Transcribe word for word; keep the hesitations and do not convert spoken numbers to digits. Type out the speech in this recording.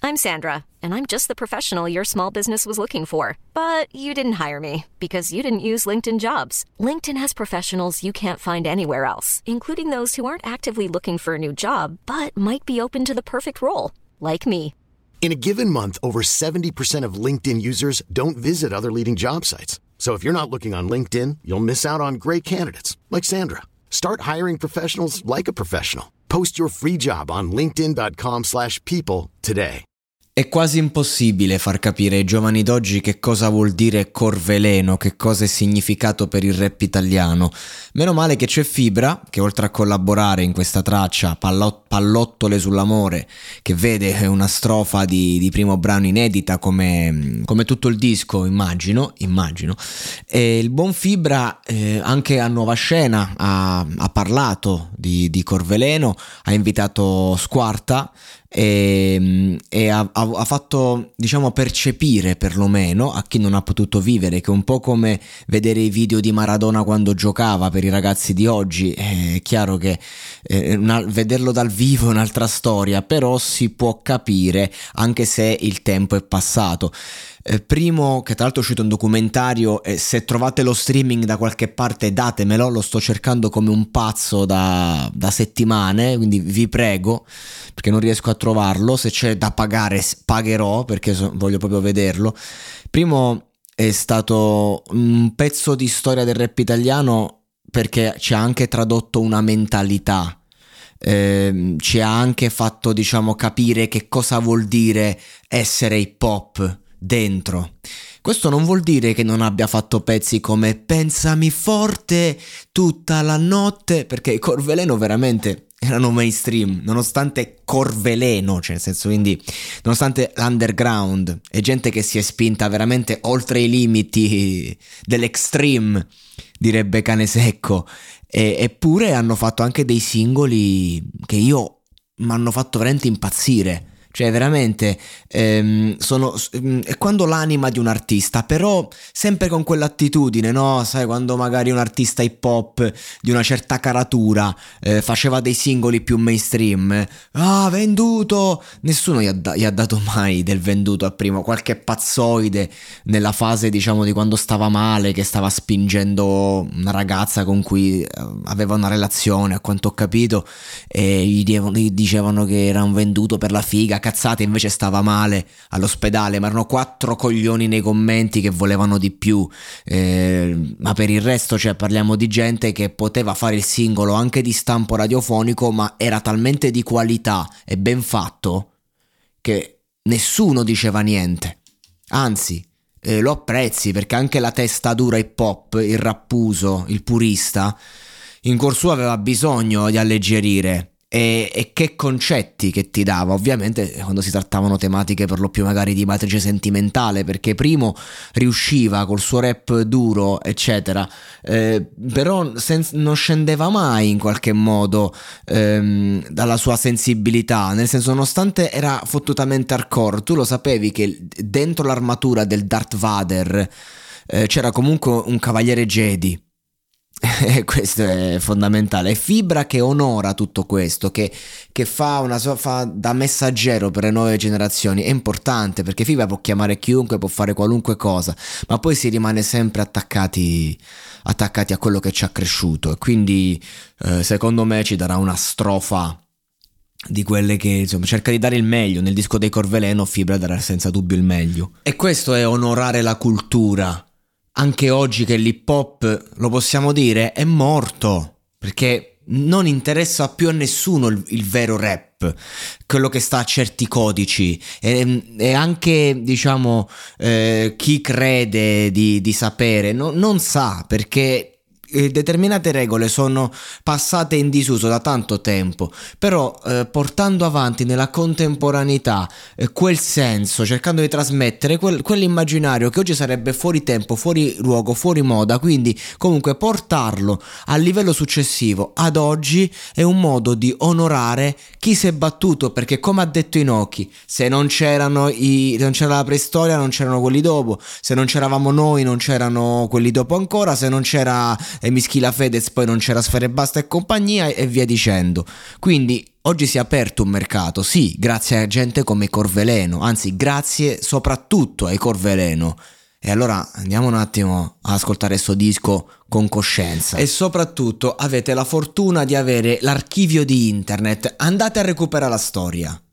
I'm Sandra, and I'm just the professional your small business was looking for. But you didn't hire me because you didn't use LinkedIn Jobs. LinkedIn has professionals you can't find anywhere else, including those who aren't actively looking for a new job, but might be open to the perfect role, like me. In a given month, over seventy percent of LinkedIn users don't visit other leading job sites. So if you're not looking on LinkedIn, you'll miss out on great candidates like Sandra. Start hiring professionals like a professional. Post your free job on linkedin.com slash people today. È quasi impossibile far capire ai giovani d'oggi che cosa vuol dire Corveleno, che cosa è significato per il rap italiano. Meno male che c'è Fibra, che oltre a collaborare in questa traccia Pallot- Pallottole sull'amore, che vede una strofa di, di primo brano inedita come, come tutto il disco, immagino, immagino. E il buon Fibra eh, anche a Nuova Scena ha, ha parlato di, di Corveleno, ha invitato Squarta e, e ha, ha fatto, diciamo, percepire perlomeno a chi non ha potuto vivere, che è un po' come vedere i video di Maradona quando giocava. Per i ragazzi di oggi è chiaro che eh, una, vederlo dal vivo è un'altra storia, però si può capire anche se il tempo è passato. Eh, primo, che tra l'altro è uscito un documentario, e se trovate lo streaming da qualche parte datemelo, lo sto cercando come un pazzo da, da settimane, quindi vi prego, perché non riesco a trovarlo. Se c'è da pagare pagherò, perché so, voglio proprio vederlo. Primo, è stato un pezzo di storia del rap italiano perché ci ha anche tradotto una mentalità. Eh, ci ha anche fatto, diciamo, capire che cosa vuol dire essere hip hop dentro. Questo non vuol dire che non abbia fatto pezzi come Pensami forte tutta la notte, perché Corveleno veramente erano mainstream, nonostante Corveleno, cioè nel senso, quindi nonostante l'underground e gente che si è spinta veramente oltre i limiti dell'extreme, direbbe Cane Secco, e, eppure hanno fatto anche dei singoli che io mi hanno fatto veramente impazzire. Cioè veramente ehm, sono ehm, è quando l'anima di un artista, però sempre con quell'attitudine, no? Sai, quando magari un artista hip hop di una certa caratura eh, faceva dei singoli più mainstream, eh, ah, venduto, nessuno gli ha, da- gli ha dato mai del venduto al primo. Qualche pazzoide nella fase, diciamo, di quando stava male, che stava spingendo una ragazza con cui eh, aveva una relazione, a quanto ho capito, e gli, dev- gli dicevano che era un venduto per la figa, cazzate, invece stava male all'ospedale, ma erano quattro coglioni nei commenti che volevano di più, eh, ma per il resto, cioè, parliamo di gente che poteva fare il singolo anche di stampo radiofonico, ma era talmente di qualità e ben fatto che nessuno diceva niente. Anzi, eh, lo apprezzi, perché anche la testa dura hip hop, il rappuso, il purista, in cuor suo aveva bisogno di alleggerire. E, e che concetti che ti dava, ovviamente quando si trattavano tematiche per lo più magari di matrice sentimentale, perché primo riusciva col suo rap duro eccetera, eh, però sen- non scendeva mai in qualche modo ehm, dalla sua sensibilità, nel senso, nonostante era fottutamente hardcore, tu lo sapevi che dentro l'armatura del Darth Vader eh, c'era comunque un cavaliere Jedi. E questo è fondamentale. È Fibra che onora tutto questo, che, che fa, una, fa da messaggero per le nuove generazioni. È importante, perché Fibra può chiamare chiunque, può fare qualunque cosa, ma poi si rimane sempre attaccati attaccati a quello che ci ha cresciuto. E quindi eh, secondo me ci darà una strofa di quelle che, insomma, cerca di dare il meglio. Nel disco dei Corveleno Fibra darà senza dubbio il meglio, e questo è onorare la cultura. Anche oggi che l'hip hop, lo possiamo dire, è morto, perché non interessa più a nessuno il, il vero rap, quello che sta a certi codici, e, e anche, diciamo, eh, chi crede di, di sapere no, non sa, perché determinate regole sono passate in disuso da tanto tempo, però eh, portando avanti nella contemporaneità eh, quel senso, cercando di trasmettere quel, quell'immaginario che oggi sarebbe fuori tempo, fuori luogo, fuori moda, quindi comunque portarlo a livello successivo ad oggi è un modo di onorare chi si è battuto, perché come ha detto Inoki, se non c'erano i, non c'era la preistoria non c'erano quelli dopo, se non c'eravamo noi non c'erano quelli dopo ancora, se non c'era e Mischila Fedez poi non c'era Sfera Ebbasta e compagnia e via dicendo. Quindi oggi si è aperto un mercato, sì, grazie a gente come Corveleno, anzi grazie soprattutto ai Corveleno. E allora andiamo un attimo a ascoltare sto disco con coscienza. E soprattutto avete la fortuna di avere l'archivio di internet, andate a recuperare la storia.